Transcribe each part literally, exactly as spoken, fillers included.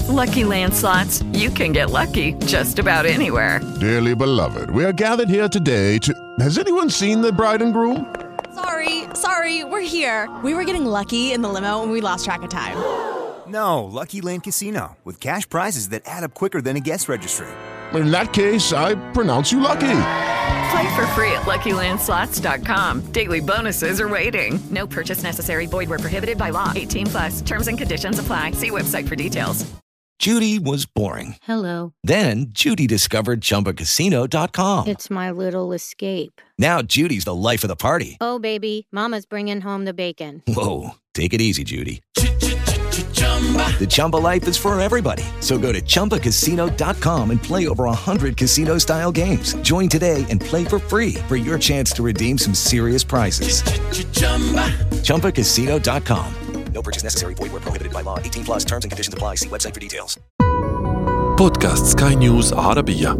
Lucky Land Slots, you can get lucky just about anywhere. Dearly beloved, we are gathered here today to... Has anyone seen the bride and groom? Sorry, sorry, we're here. We were getting lucky in the limo and we lost track of time. No, Lucky Land Casino, with cash prizes that add up quicker than a guest registry. In that case, I pronounce you lucky. Play for free at lucky land slots dot com. Daily bonuses are waiting. No purchase necessary. Void where prohibited by law. eighteen plus. Terms and conditions apply. See website for details. Judy was boring. Hello. Then Judy discovered Chumba Casino dot com. It's my little escape. Now Judy's the life of the party. Oh, baby, mama's bringing home the bacon. Whoa, take it easy, Judy. The Chumba life is for everybody. So go to chumba casino dot com and play over one hundred casino-style games. Join today and play for free for your chance to redeem some serious prizes. chumba casino dot com. No purchase necessary. Void where prohibited by law. eighteen plus. Terms and conditions apply. See website for details. بودكاست سكاي نيوز عربية.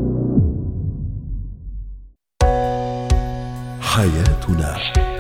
حياتنا.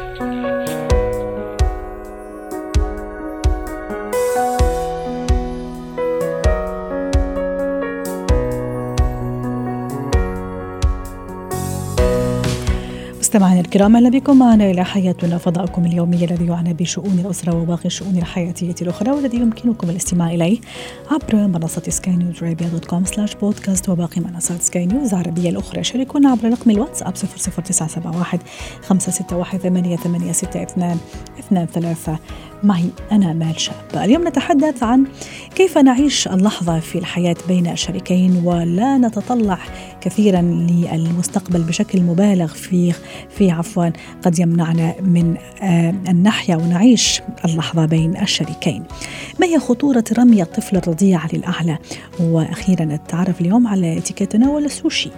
مستمعينا الكرام، اهلا بكم معنا الى حياتنا، فضاؤكم اليومي الذي يعنى بشؤون الاسره وباقي الشؤون الحياتيه الاخرى، والذي يمكنكم الاستماع اليه عبر منصه سكاي نيوز عربيه دوت كوم سلاش بودكاست وباقي منصات سكاي نيوز عربيه الاخرى. شاركونا عبر رقم الواتساب صفر صفر تسعة سبعة واحد خمسة ستة واحد ثمانية ثمانية ستة اثنان اثنان ثلاثة. معي أنا مال شاب. اليوم نتحدث عن كيف نعيش اللحظة في الحياة بين الشريكين، ولا نتطلع كثيرا للمستقبل بشكل مبالغ فيه في عفوا قد يمنعنا من أن نحيا ونعيش اللحظة بين الشريكين. ما هي خطورة رمي الطفل الرضيع للأعلى؟ وأخيرا نتعرف اليوم على اتيكيت تناول السوشي.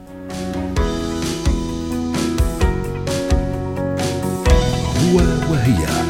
هو وهي.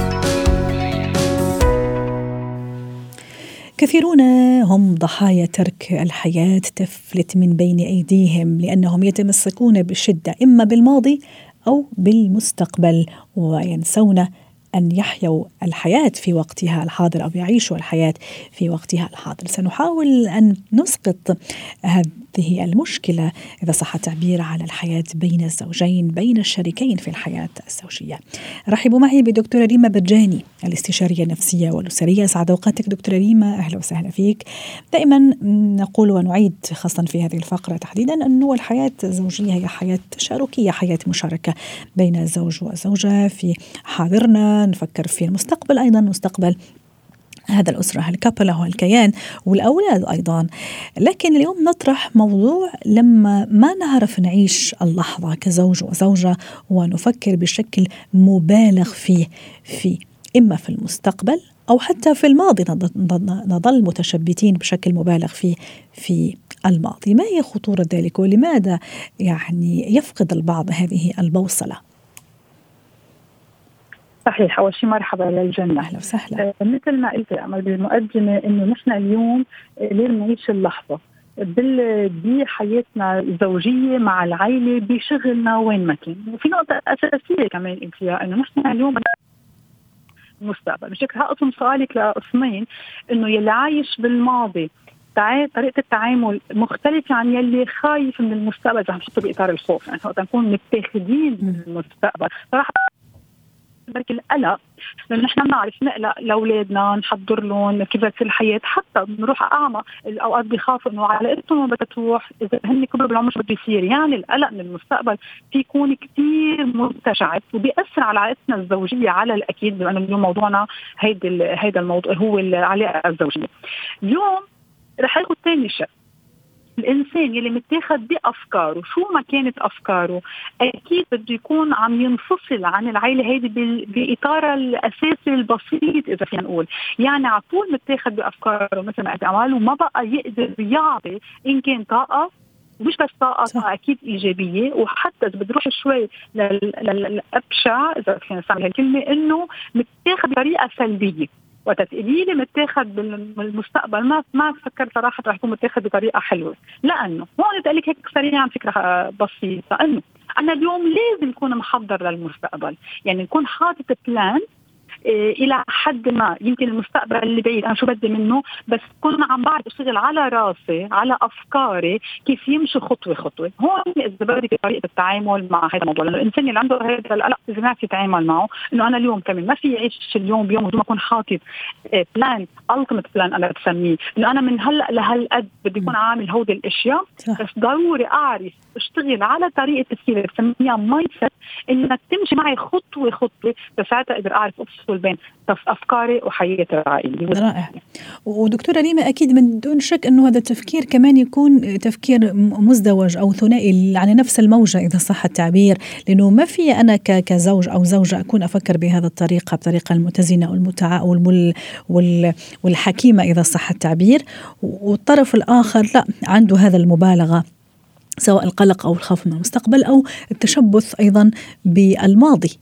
كثيرون هم ضحايا ترك الحياة تفلت من بين أيديهم، لأنهم يتمسكون بشدة إما بالماضي أو بالمستقبل، وينسون أن يحيوا الحياة في وقتها الحاضر أو يعيشوا الحياة في وقتها الحاضر. سنحاول أن نسقط هذه المشكلة إذا صح التعبير على الحياة بين الزوجين، بين الشريكين في الحياة الزوجية. رحبوا معي بدكتورة ريما برجاني، الاستشارية النفسية والأسرية. سعد أوقاتك دكتورة ريما، أهلا وسهلا فيك. دائما نقول ونعيد خاصة في هذه الفقرة تحديدا أنه الحياة الزوجية هي حياة تشاركية، حياة مشاركة بين الزوج والزوجة في حاضرنا، نفكر في المستقبل أيضا، مستقبل هذا الأسرة، الكابل هو الكيان والأولاد أيضا. لكن اليوم نطرح موضوع لما ما نعرف نعيش اللحظة كزوج وزوجة ونفكر بشكل مبالغ فيه في إما في المستقبل أو حتى في الماضي، نظل متشبتين بشكل مبالغ فيه في الماضي. ما هي خطورة ذلك ولماذا يعني يفقد البعض هذه البوصلة؟ صحيح. أول شيء مرحبا للجنة. أهلا وسهلا. آه مثل ما قلت أمل بالمقدمة إنه نحن اليوم لازم نعيش اللحظة بحياتنا الزوجية مع العائلة بشغلنا وين ما كان. وفي نقطة أساسية كمان قلت فيها إنه نحن اليوم المستقبل. بشكل هقسم سؤالك لقسمين، إنه يلي عايش بالماضي طريقة التعامل مختلفة عن يلي خايف من المستقبل، رح نحطه بإطار الخوف. يعني وقت نكون متاخدين من المستقبل صراحة بركي القلق، لأن نحن بنعرف نقلق لأولادنا، نحضر لهم كيف تصير الحياة، حتى بنروح أعمى الأوقات بيخافوا إنه علاقتهم ما بدها تروح إذا هن كبروا بالعمر شو بده يصير. يعني القلق من المستقبل في يكون كتير متشعب وبيأثر على علاقتنا الزوجية على الأكيد، لأنه اليوم موضوعنا هيدا هيدا الموضوع هو العلاقة الزوجية. اليوم رح ياخد تاني شيء، الإنسان يلي متاخد بأفكاره شو ما كانت أفكاره أكيد بده يكون عم ينفصل عن العائلة هيدي بإطار الأساسي البسيط إذا فينا نقول. يعني عطول متاخد بأفكاره مثل ما قال وما بقى يقدر يعطي إن كان طاقة، مش بس طاقة طاقة أكيد إيجابية، وحتى إذا بتروح شوي للأبشع إذا فينا نستعمل هالكلمة إنه متاخد بطريقة سلبية. وتتقليلي متاخد بالمستقبل ما ما فكر صراحة رح يكون متاخد بطريقة حلوة، لأنه هون تقلك هيك سريعا فكرة بسيطة إنه أنا اليوم لازم نكون محضر للمستقبل. يعني نكون حاطط بلان إلى حد ما يمكن المستقبل اللي بعيد أنا شو بدي منه، بس كنا عم بعرف أشتغل على راسي على أفكاري كيف يمشي خطوة خطوة. هون إذا بدي طريقة التعامل مع هذا الموضوع، لأنه الإنسان اللي عنده هذا القلق لازم يعرف يتعامل معه، إنه أنا اليوم كمان ما في يعيش اليوم بيوم بدون ما أكون حاطط بلان ultimate بلان أنا بسميه، إنه أنا من هلأ لهالقد بدي أكون عامل هودي الأشياء. بس ضروري أعرف أشتغل على طريقة تفكير بسميها مايند سيت، إنك تمشي معي خطوة خطوة، بساعتها أقدر أعرف أفصل بين أفكاري وحياتي العائلية. رائع. ودكتورة ريما، أكيد من دون شك أنه هذا التفكير كمان يكون تفكير مزدوج أو ثنائي على نفس الموجة إذا صح التعبير، لأنه ما في أنا كزوج أو زوجة أكون أفكر بهذا الطريقة بطريقة المتزنة والمتع والمل وال والحكيمة إذا صح التعبير، والطرف الآخر لا عنده هذا المبالغة، سواء القلق أو الخوف من المستقبل أو التشبث أيضا بالماضي.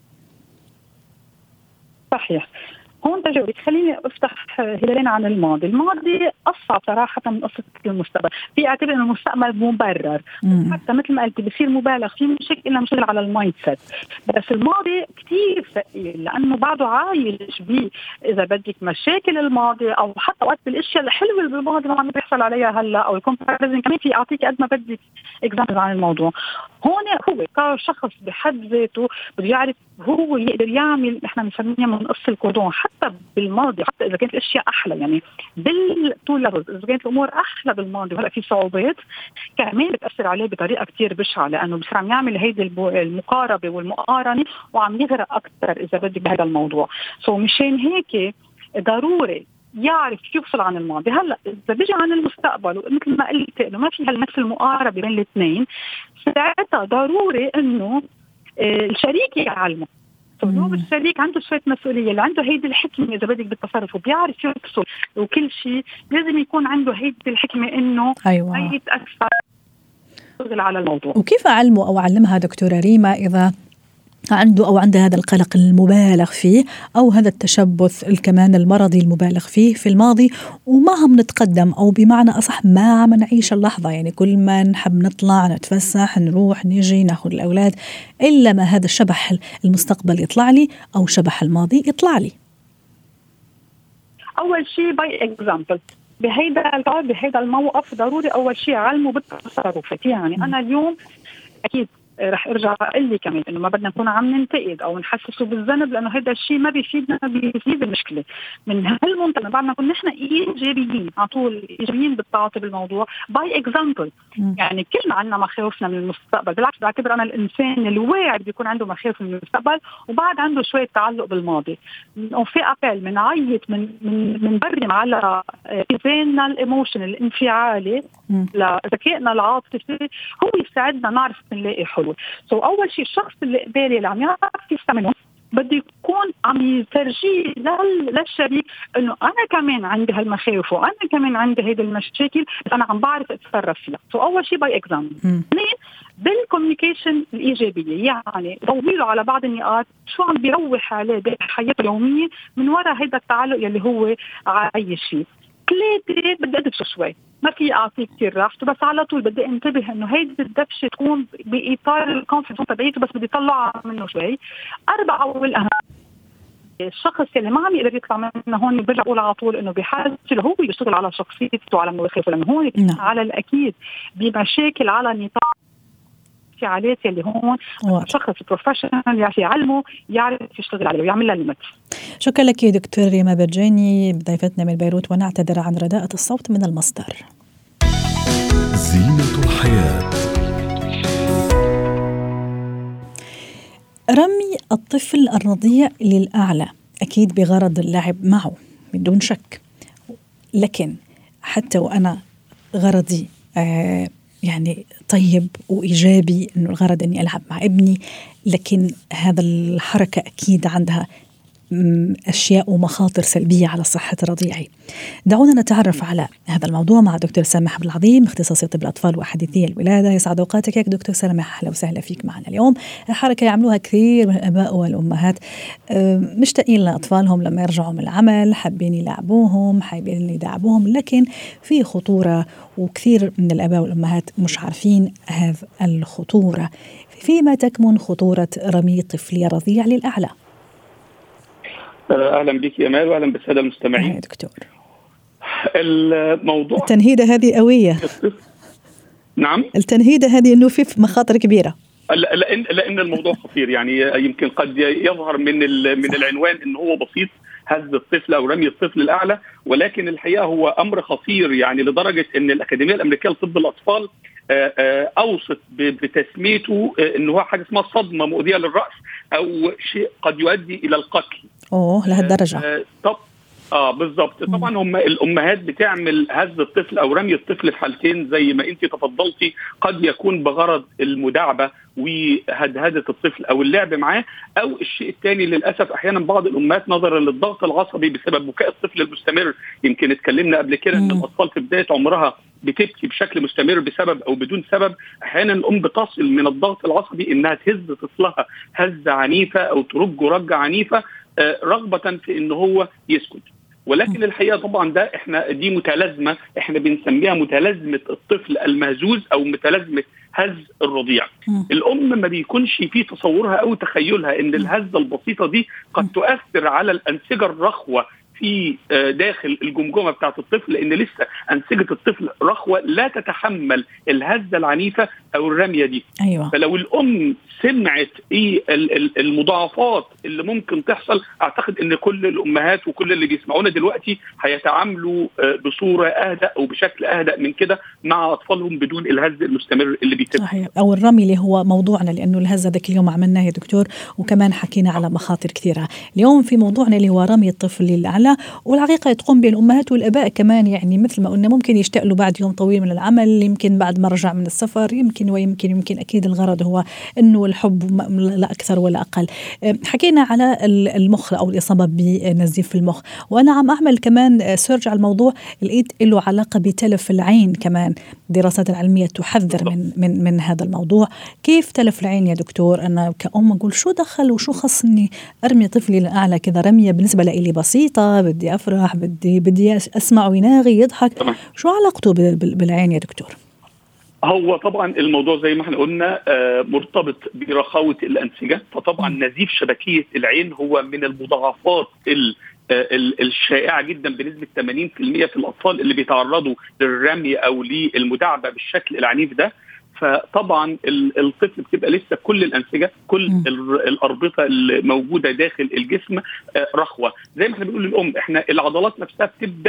صحيح. هون تجربة خليني أفتح هلالين عن الماضي. الماضي أصعب صراحة من قصة المستقبل. في أعتبر أن المستقبل مبرر، حتى مثل ما قلت بصير مبالغ في مشكلة إلا مشكلة على المايند سيت. بس الماضي كتير ثقيل لأنه بعده عايش بيه إذا بدك مشاكل الماضي، أو حتى وقت بالأشياء الحلوة اللي بالماضي ما عم بيحصل عليها هلا، أو يكون كمان في أعطيك قد ما بدك إكزامبل عن الموضوع. هون هو كشخص بحد ذاته بده يعرف هو يقدر يعمل، احنا بنسميها من قص الكوردون، حتى بالماضي، حتى اذا كانت الاشياء احلى، يعني بالطول اذا كانت الامور احلى بالماضي وهلا في صعوبات كمان بتاثر عليه بطريقه كتير بشعه، لانه بصير عم يعمل هيدي المقاربه والمقارنه وعم يغرق اكثر اذا بدك بهذا الموضوع. سو مشان هيك ضروري يعرف يفصل عن الماضي. هلا اذا بيجي عن المستقبل ومثل ما قلت انه ما في هالنفس المقاربه بين الاثنين، ساعتها ضروري انه الشريك يعلمه. فلو الشريك عنده شوية مسؤولية، اللي عنده هيدي الحكمة إذا بدك بالتصرف وبيعرف يفصل وكل شيء، لازم يكون عنده هيدي الحكمة إنه أيوة. ما يتأثر على الموضوع. وكيف أعلمه أو أعلمها دكتورة ريما إذا عنده أو عنده هذا القلق المبالغ فيه أو هذا التشبث كمان المرضي المبالغ فيه في الماضي، وما هم نتقدم، أو بمعنى أصح ما عم نعيش اللحظة، يعني كل ما نحب نطلع نتفسح نروح نيجي ناخذ الأولاد، إلا ما هذا الشبح المستقبل يطلع لي أو شبح الماضي يطلع لي. أول شيء باي إكزامبل بهيدا بهيدا الموقف ضروري أول شيء علمه بالتصرفات. يعني أنا اليوم أكيد رح ارجع اقول لي كمان انه ما بدنا نكون عم ننتقد او نحسسه بالذنب، لانه هذا الشيء ما بيفيدنا، بيزيد المشكله. من هالمنطلق بعد ما نكون نحن ايجابيين على طول، ايجابيين بالتعاطي بالموضوع باي اكزامبل. يعني كلنا عندنا مخاوفنا من المستقبل، بالعكس بعتبر انا الانسان الواعي بيكون عنده مخاوف من المستقبل وبعد عنده شويه تعلق بالماضي. وفي ابل من عيط من من من برم على اتزاننا الايموشن الانفعالي لذكائنا العاطفي، هو يساعدنا نعرف نلاقي حلول. سو so, أول شيء الشخص اللي قبالي اللي عم يعرف يستعمله بده يكون عم يترجيه للشريك إنه أنا كمان عندي هالمخاوف وأنا كمان عندي هيدا المشاكل، بس أنا عم بعرف أتصرف فيها. سو so, أول شيء باي إكزامبل. اثنين بالكوميونيكيشن الإيجابية، يعني ضويله على بعض النقاط شو عم بيروح عليه بحياته اليومية من وراء هيدا التعلق يلي هو عايش فيه. ثلاثة بدي أدفش شوي، ما في أعطيه كتير راحته، بس على طول بدي انتبه إنه هيدي الدفشة تكون بإطار الكونفيدنس تبعيته، بس بدي طلع منه شوي. أربعة والأهم، الشخص اللي ما عم يقدر يطلع منه هون برجع أقول على طول إنه بحاجة هو يشتغل على شخصيته وعلى مخاوفه، لأنه هون no. على الأكيد بمشاكل على نطاق في عالات اللي هون شخص بروفيشنال يعرف يعلمه، يعرف يشتغل عليه ويعمل له ليميت. شكرا لك دكتور ريما برجاني ضيفتنا من بيروت، ونعتذر عن رداءة الصوت من المصدر. زينة الحياة. رمي الطفل الرضيع للأعلى أكيد بغرض اللعب معه بدون شك، لكن حتى وأنا غرضي آه يعني طيب وإيجابي، إنه الغرض إني ألعب مع ابني، لكن هذا الحركة أكيد عندها أشياء ومخاطر سلبية على صحة رضيعي. دعونا نتعرف على هذا الموضوع مع دكتور سامح عبد العظيم، اختصاصي طب الأطفال وحديثي الولادة. يسعد أوقاتك يا دكتور سامح، أهلا وسهلا فيك معنا اليوم. حركة يعملوها كثير من الآباء والأمهات، مشتاقين لأطفالهم لما يرجعوا من العمل، حابين يلعبوهم، حابين يدعبوهم، لكن في خطورة، وكثير من الآباء والأمهات مش عارفين هذه الخطورة. فيما تكمن خطورة رمي طفلي رضيع للأعلى؟ أهلا بك يا مال وأهلا بالسادة المستمعين. يا دكتور، الموضوع التنهيدة هذه قوية. نعم، التنهيدة هذه أنه في مخاطر كبيرة. لأن لأن الموضوع خطير، يعني يمكن قد يظهر من من العنوان أنه هو بسيط، هز الطفل أو رمي الطفل الأعلى، ولكن الحقيقة هو أمر خطير، يعني لدرجة أن الأكاديمية الأمريكية لطب الأطفال أوصت بتسميته أنه هو حاجة اسمها صدمة مؤذية للرأس أو شيء قد يؤدي إلى القتل. أوه لهالدرجة. طب اه بالضبط. طبعا هم الامهات بتعمل هز الطفل او رمي الطفل في حالتين زي ما انت تفضلتي، قد يكون بغرض المداعبه وهدهده الطفل او اللعب معاه، او الشيء الثاني للاسف احيانا بعض الامهات نظرا للضغط العصبي بسبب بكاء الطفل المستمر. يمكن اتكلمنا قبل كده ان الاطفال في بدايه عمرها بتبكي بشكل مستمر بسبب او بدون سبب. احيانا الام بتصل من الضغط العصبي انها تهز طفلها هزه عنيفه او ترجه رجه عنيفه رغبه في ان هو يسكت. ولكن الحقيقه طبعا ده احنا دي متلازمه احنا بنسميها متلازمه الطفل المهزوز او متلازمه هز الرضيع. الام ما بيكونش في تصورها او تخيلها ان الهزه البسيطه دي قد تؤثر على الانسجه الرخوه في داخل الجمجمه بتاعه الطفل، لان لسه انسجه الطفل رخوه لا تتحمل الهزه العنيفه او الرميه دي. أيوة. فلو الام سمعت ايه المضاعفات اللي ممكن تحصل، اعتقد ان كل الامهات وكل اللي بيسمعونا دلوقتي هيتعاملوا بصوره اهدى او بشكل اهدى من كده مع اطفالهم بدون الهز المستمر اللي بيتم. صحيح. او الرمي اللي هو موضوعنا، لانه الهزه ذاك اليوم عملناه يا دكتور، وكمان حكينا على مخاطر كثيره. اليوم في موضوعنا اللي هو رمي الطفل للاعلى، والحقيقه تقوم به الامهات والاباء كمان، يعني مثل ما قلنا ممكن يشتاق له بعد يوم طويل من العمل، يمكن بعد ما رجع من السفر، يمكن ويمكن يمكن اكيد الغرض هو انه الحب لا اكثر ولا اقل. حكينا على المخ او الاصابه بنزيف المخ، وانا عم اعمل كمان سيرج على الموضوع، لقيت له علاقه بتلف العين كمان. الدراسات العلميه تحذر من من من هذا الموضوع. كيف تلف العين يا دكتور؟ انا كأم اقول شو دخل وشو خصني ارمي طفلي للاعلى كذا رميه بالنسبه لي بسيطه، بدي افرح، بدي بدي اسمعه يناغي يضحك، شو علاقته بالعين يا دكتور؟ هو طبعا الموضوع زي ما احنا قلنا مرتبط برخاوة الأنسجة، فطبعا نزيف شبكية العين هو من المضاعفات الشائعة جدا بنسبة ثمانين بالمئة في الأطفال اللي بيتعرضوا للرمي أو للمداعبة بالشكل العنيف ده. فطبعا الطفل بتبقى لسه كل الأنسجة كل الأربطة الموجودة داخل الجسم رخوة. زي ما احنا بنقول للأم، احنا العضلات نفسها بتبدأ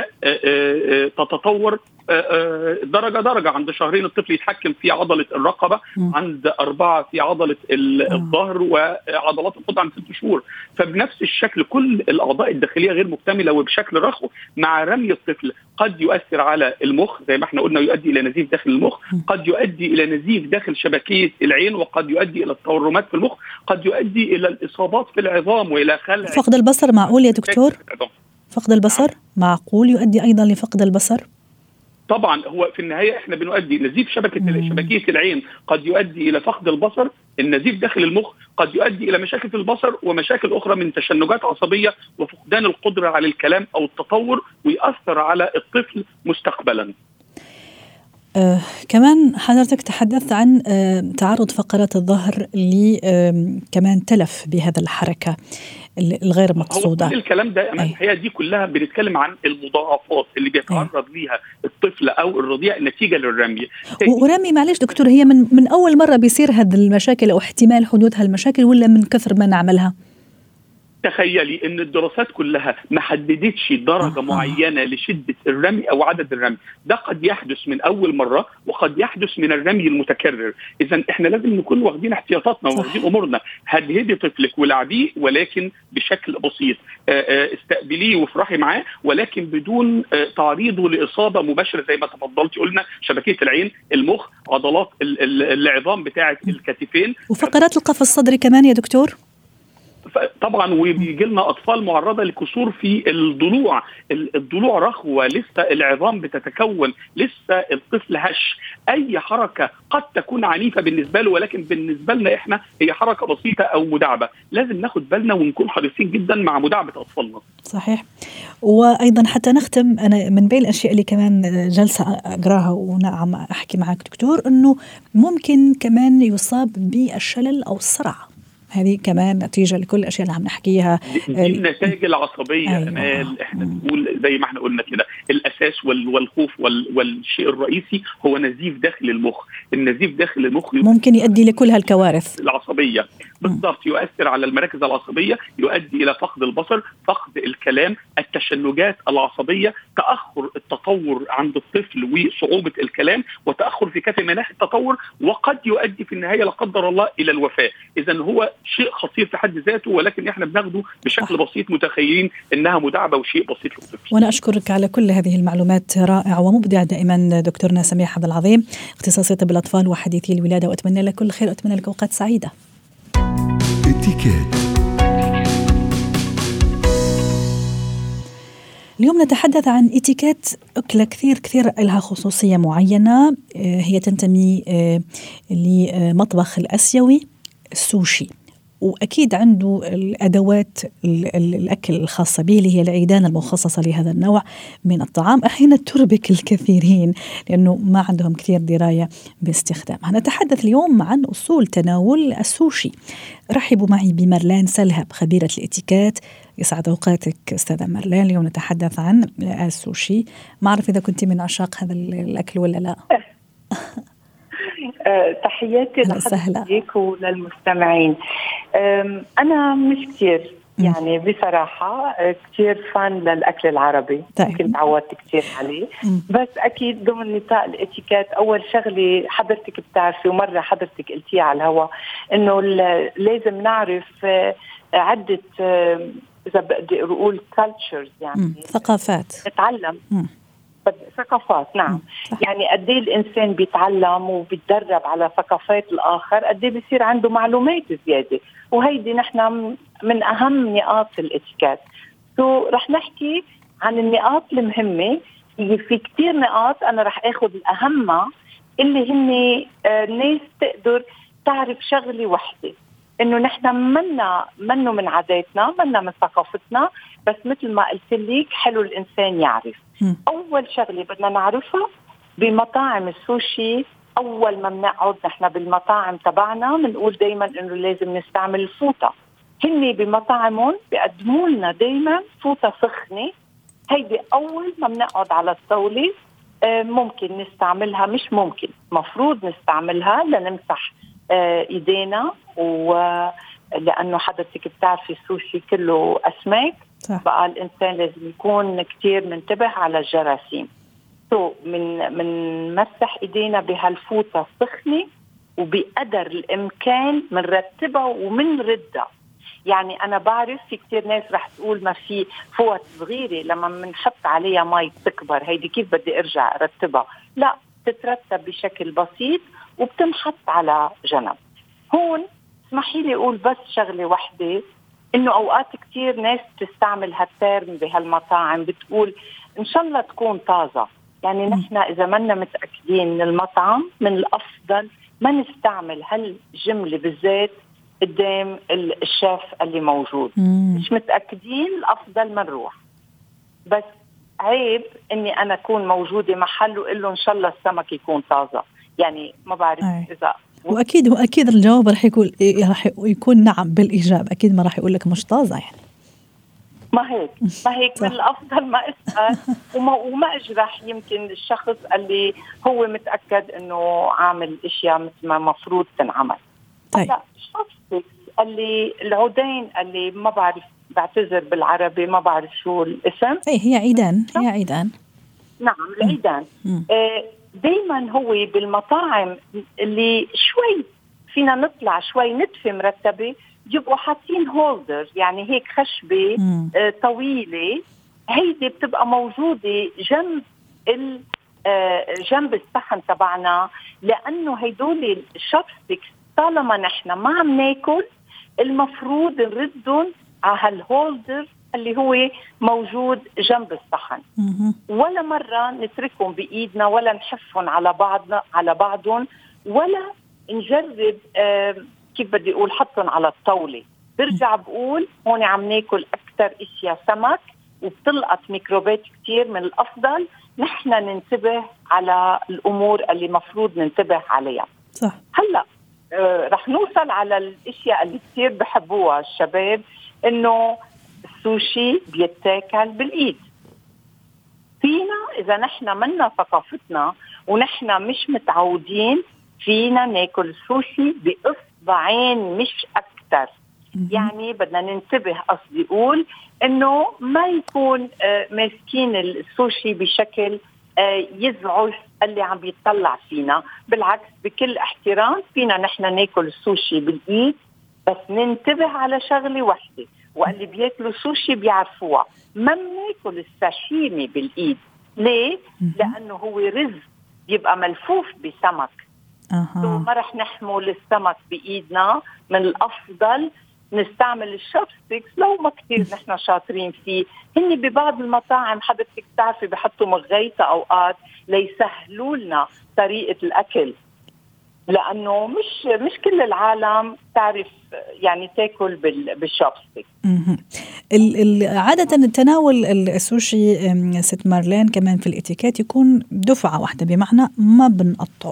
تتطور درجة درجة. عند شهرين الطفل يتحكم في عضلة الرقبة، عند أربعة في عضلة الظهر، وعضلات القدم عند ست شهور. فبنفس الشكل كل الأعضاء الداخلية غير مكتملة وبشكل رخو. مع رمي الطفل قد يؤثر على المخ زي ما احنا قلنا، يؤدي إلى نزيف داخل المخ، قد يؤدي إلى نزيف داخل شبكية العين، وقد يؤدي إلى التورمات في المخ، قد يؤدي إلى الإصابات في العظام وإلى خلع. فقد البصر معقول يا دكتور؟ فقد البصر معقول يؤدي أيضا لفقد البصر؟ طبعا هو في النهاية احنا بنؤدي نزيف شبكة مم. شبكية العين قد يؤدي إلى فقد البصر. النزيف داخل المخ قد يؤدي إلى مشاكل في البصر ومشاكل أخرى من تشنجات عصبية وفقدان القدرة على الكلام أو التطور، ويأثر على الطفل مستقبلا. آه كمان حضرتك تحدثت عن آه تعرض فقرات الظهر ل آه كمان تلف بهذا الحركة الغير مقصودة. هو كل الكلام ده الحقيقة دي كلها بنتكلم عن المضاعفات اللي بيتعرض ليها الطفل أو الرضيع نتيجة للرمي. ورمي معلش دكتور، هي من من أول مرة بيصير هذه المشاكل أو احتمال حدوث هالمشاكل، ولا من كثر ما نعملها؟ تخيلي ان الدراسات كلها ما حددتش درجه آه. معينه لشده الرمي او عدد الرمي. ده قد يحدث من اول مره وقد يحدث من الرمي المتكرر. اذا احنا لازم نكون واخدين احتياطاتنا واخدين امورنا. هدهدي طفلك ولعبيه ولكن بشكل بسيط، استقبليه وافرحي معاه، ولكن بدون تعريضه لاصابه مباشره زي ما تفضلتي. قلنا شبكيه العين، المخ، عضلات العظام بتاعه الكتفين، وفقرات القفص الصدري كمان يا دكتور. طبعا وبيجي لنا اطفال معرضه لكسور في الضلوع. الضلوع رخوه، لسه العظام بتتكون، لسه الطفل هش. اي حركه قد تكون عنيفه بالنسبه له، ولكن بالنسبه لنا احنا هي حركه بسيطه او مداعبه. لازم ناخد بالنا ونكون حريصين جدا مع مداعبه اطفالنا. صحيح. وايضا حتى نختم، انا من بين الاشياء اللي كمان جلسه اقراها ونعم احكي معك دكتور، انه ممكن كمان يصاب بالشلل او الصرع. هذه كمان نتيجة لكل الأشياء اللي عم نحكيها. النتائج العصبية أيوة. أمال إحنا بنقول زي ما إحنا قلنا كده الأساس والخوف والشيء الرئيسي هو نزيف داخل المخ. النزيف داخل المخ ممكن يؤدي لكل هالكوارث العصبية بالضبط، يؤثر على المراكز العصبية، يؤدي إلى فقد البصر، فقد الكلام، التشنجات العصبية، تأخر التطور عند الطفل وصعوبة الكلام، وتأخر في كافة مناحي التطور، وقد يؤدي في النهاية لا قدر الله إلى الوفاة. إذن هو شيء خطير في حد ذاته، ولكن إحنا بناخده بشكل بسيط متخيلين إنها مداعبة وشيء بسيط للطفل. وأنا أشكرك على كل هذه المعلومات رائعة ومبدعة دائما دكتورنا سميح عبد العظيم، اختصاصي طب الأطفال وحديثي الولادة، وأتمنى لك كل خير وأتمنى لك أوقات سعيدة. اليوم نتحدث عن اتيكيت أكلة كثير كثير لها خصوصية معينة، هي تنتمي لمطبخ الآسيوي السوشي، وأكيد عنده الأدوات الأكل الخاصة به اللي هي العيدان المخصصة لهذا النوع من الطعام. أحيانا تربك الكثيرين لأنه ما عندهم كثير دراية باستخدامها. نتحدث اليوم عن أصول تناول السوشي. رحبوا معي بمرلان سلهب خبيرة الاتيكيت. يسعد أوقاتك أستاذة مرلان. اليوم نتحدث عن السوشي. ما أعرف إذا كنت من عشاق هذا الأكل ولا لا. تحياتي لحضرتك وللمستمعين. أنا مش كتير يعني بصراحة كتير فان للأكل العربي. طيب. يمكن تعودت كتير عليه. م. بس أكيد ضمن نطاق الاتيكيت أول شغلة حضرتك بتعرفي ومرة حضرتك قلتيها على الهواء إنه لازم نعرف عدة إذا بدي أقول cultures يعني م. ثقافات نتعلم م. ثقافات. نعم. صح. يعني قد ايه الانسان بيتعلم وبيتدرب على ثقافات الاخر قد ايه بيصير عنده معلومات زياده، وهيدي نحن من اهم نقاط الاتيكيت. سو رح نحكي عن النقاط المهمه. في كتير نقاط انا رح اخذ الاهم اللي هن الناس تقدر تعرف شغله وحده، انه نحن منا منه من عاداتنا منا من ثقافتنا، بس مثل ما قلت لك حلو الانسان يعرف. م. اول شغله بدنا نعرفها بمطاعم السوشي، اول ما بنقعد نحن بالمطاعم تبعنا بنقول دائما انه لازم نستعمل الفوطه. هن بمطاعمهم بيقدموا لنا دائما فوطه سخنه. هيدي اول ما بنقعد على الطاوله ممكن نستعملها، مش ممكن مفروض نستعملها لنمسح ايدينا، ولانه حضرتك بتعرفي السوشي كله اسماك. صح. بقى الانسان لازم يكون كتير منتبه على الجراثيم. سو من من مسح ايدينا بهالفوطه السخنه، وبقدر الامكان منرتبها ومنردها. يعني انا بعرف في كتير ناس رح تقول ما في فوط صغيره لما بنحط عليها مي بتكبر، هيدي كيف بدي ارجع ارتبها؟ لا، تترتب بشكل بسيط وبتنحط على جنب. هون اسمحي لي اقول بس شغله واحده، انه اوقات كتير ناس تستعمل هالترم بهالمطاعم، بتقول ان شاء الله تكون طازه. يعني نحن اذا منا متاكدين من المطعم من الافضل ما نستعمل هالجمله بالذات قدام الشيف اللي موجود. مم. مش متاكدين الافضل ما نروح. بس عيب اني انا اكون موجوده محل وقول له ان شاء الله السمك يكون طازه. يعني ما بعرف أي. اذا واكيد واكيد الجواب رح يكون رح يكون نعم بالايجاب، اكيد ما رح يقول لك مش طازه. يعني ما هيك ما هيك من الافضل ما اسال وما وما اجرح يمكن الشخص اللي هو متاكد انه عامل اشياء مثل ما مفروض تنعمل. طيب الشخص اللي العودين اللي ما بعرف بعتذر بالعربي ما بعرف شو الاسم. اي هي عيدان هي عيدان نعم العيدان. آه دايما هو بالمطاعم اللي شوي فينا نطلع شوي نتفه مرتبه يبقوا حاطين هولدر، يعني هيك خشبه آه طويله، هيدي بتبقى موجوده جنب ال آه جنب الصحن تبعنا، لانه هيدول الشوبستيكس طالما نحن ما عم ناكل المفروض نردهم على هالهولدر اللي هو موجود جنب الصحن. ولا مرة نتركهم بإيدنا ولا نحفهم على بعضنا على بعضهم ولا نجرب آه كيف بدي أقول حطهم على الطاولة. برجع بقول هون عم ناكل أكثر إشياء سمك وبتلقط ميكروبات كتير. من الأفضل نحن ننتبه على الأمور اللي مفروض ننتبه عليها. صح. هلأ آه رح نوصل على الاشياء اللي كثير بحبوها الشباب، انه السوشي بيتاكل بالايد. فينا اذا نحن منا ثقافتنا ونحن مش متعودين، فينا ناكل سوشي باصبعين مش اكثر. يعني بدنا ننتبه، قصدي اقول انه ما يكون آه ماسكين السوشي بشكل آه يزعج اللي عم بيطلع فينا. بالعكس بكل احترام فينا نحن ناكل السوشي بالايد، بس ننتبه على شغله وحده، واللي بياكلوا سوشي بيعرفوها، ما بناكل الساشيمي بالايد. ليه؟ لانه هو رز بيبقى ملفوف بسمك. أه. ما رح نحمل السمك بايدنا، من الافضل نستعمل الشوبستيكس لو ما كتير نحن شاطرين فيه. هني ببعض المطاعم حضرتك تعرفي بحطوا مغيطة اوقات ليسهلوا لنا طريقة الاكل، لانه مش مش كل العالم تعرف يعني تاكل بالشوبستيك. عادة تناول السوشي ست مارلين كمان في الاتيكيت يكون دفعة واحدة، بمعنى ما بنقطعه.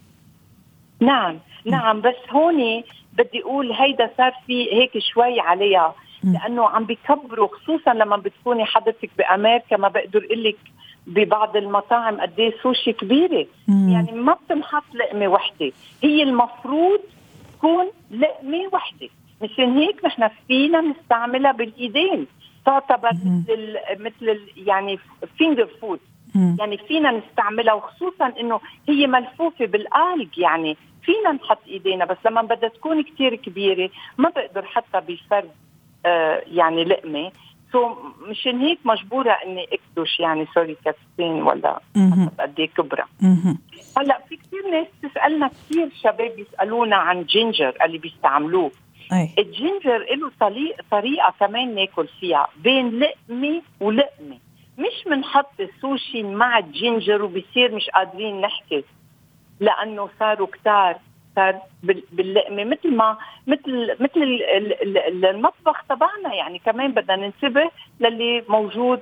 نعم نعم، بس هوني بدي اقول هيدا صار في هيك شوي عليها، لانه عم بيكبروا، خصوصا لما بتكوني حضرتك بامريكا. ما بقدر اقول لك ببعض المطاعم قد ايه سوشي كبيره، مم. يعني ما بتنحط لقمه وحده، هي المفروض تكون لقمه وحده. مشان هيك نحن فينا نستعملها بالايدين، تعتبر مم. مثل مثل يعني فينجر فود، يعني فينا نستعملها، وخصوصا انه هي ملفوفه بالقالب، يعني فينا نحط ايدينا. بس لما بدها تكون كتير كبيره ما بقدر حتى بفرد آه يعني لقمه، سو مشان هيك مجبوره اني اكدش يعني سوري كاستين ولا قد ايه كبره. هلا في كثير ناس تسالنا، كثير شباب يسالونا عن جينجر اللي بيستعملوه. أي. الجينجر له طريقه طريقه كمان ناكل فيها بين لقمه ولقمه، مش منحط السوشي مع الجينجر وبصير مش قادرين نحكي، لانه صاروا كتار صار باللقمه، مثل ما مثل مثل المطبخ تبعنا. يعني كمان بدنا ننتبه للي موجود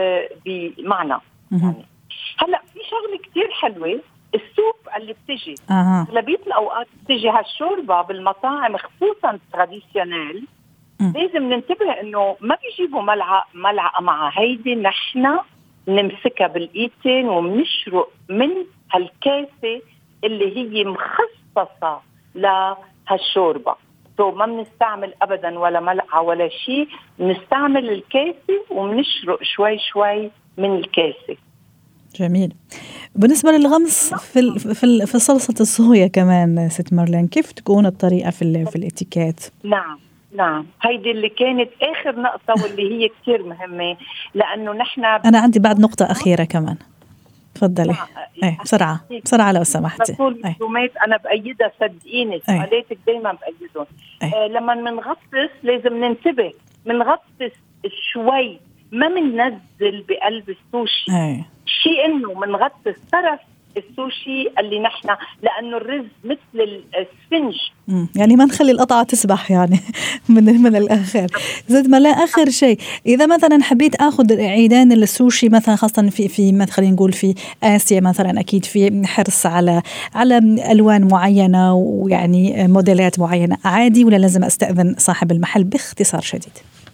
بمعنا. يعني هلا في شغله كتير حلوه، السوب اللي بتجي اغلبيه أه. الاوقات بتجي هالشوربه بالمطاعم خصوصا تراديشنال، لازم ننتبه انه ما بيجيبوا ملعقه ملعقه مع هيدي، نحن نمسكها بالايدين وبنشرق من هالكاسه اللي هي مخصصه لهالشوربه. تو ما بنستعمل ابدا ولا ملعقه ولا شيء، بنستعمل الكاسه وبنشرق شوي شوي من الكاسه. جميل. بالنسبه للغمس في في في صلصه الصويا كمان ست مارلين، كيف تكون الطريقه في في الاتيكيت؟ نعم نعم، هيدي اللي كانت آخر نقطة واللي هي كتير مهمة، لأنه نحن أنا عندي بعد نقطة أخيرة كمان، تفضلي. ايه بسرعة بسرعة لو سمحتي. كل المعلومات أنا بأيدها، صدقيني سؤالاتك دايما بأيدهم. آه لما منغطس لازم ننتبه، منغطس شوي، ما مننزل بقلب السوشي. أي. شيء إنه منغطس طرف السوشي اللي نحن، لأنه الرز مثل السفنج، يعني ما نخلي القطعة تسبح يعني من من الآخر. زد ما لا آخر شيء، إذا مثلا حبيت أخذ عيدان السوشي مثلا، خاصة في في مثلا خلينا نقول في آسيا مثلا، أكيد في حرص على على ألوان معينة ويعني موديلات معينة، عادي ولا لازم أستأذن صاحب المحل باختصار شديد؟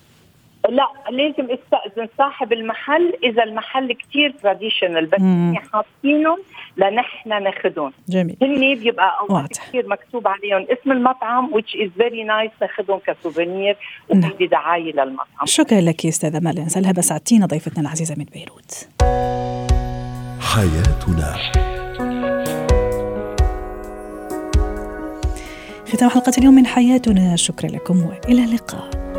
لا، لازم استأذن صاحب المحل إذا المحل كتير تراديشنال، بس هني حاطينهم لنحن ناخدهم. جميل. هني بيبقى أوقات كتير مكتوب عليهم اسم المطعم which is very nice، ناخدهم كسوفينير وبدي دعاية للمطعم. شكرا لك يا أستاذة مارلين سلهبة، سعدتينا ضيفتنا العزيزة من بيروت. حياتنا. ختام حلقة اليوم من حياتنا، شكرا لكم وإلى اللقاء.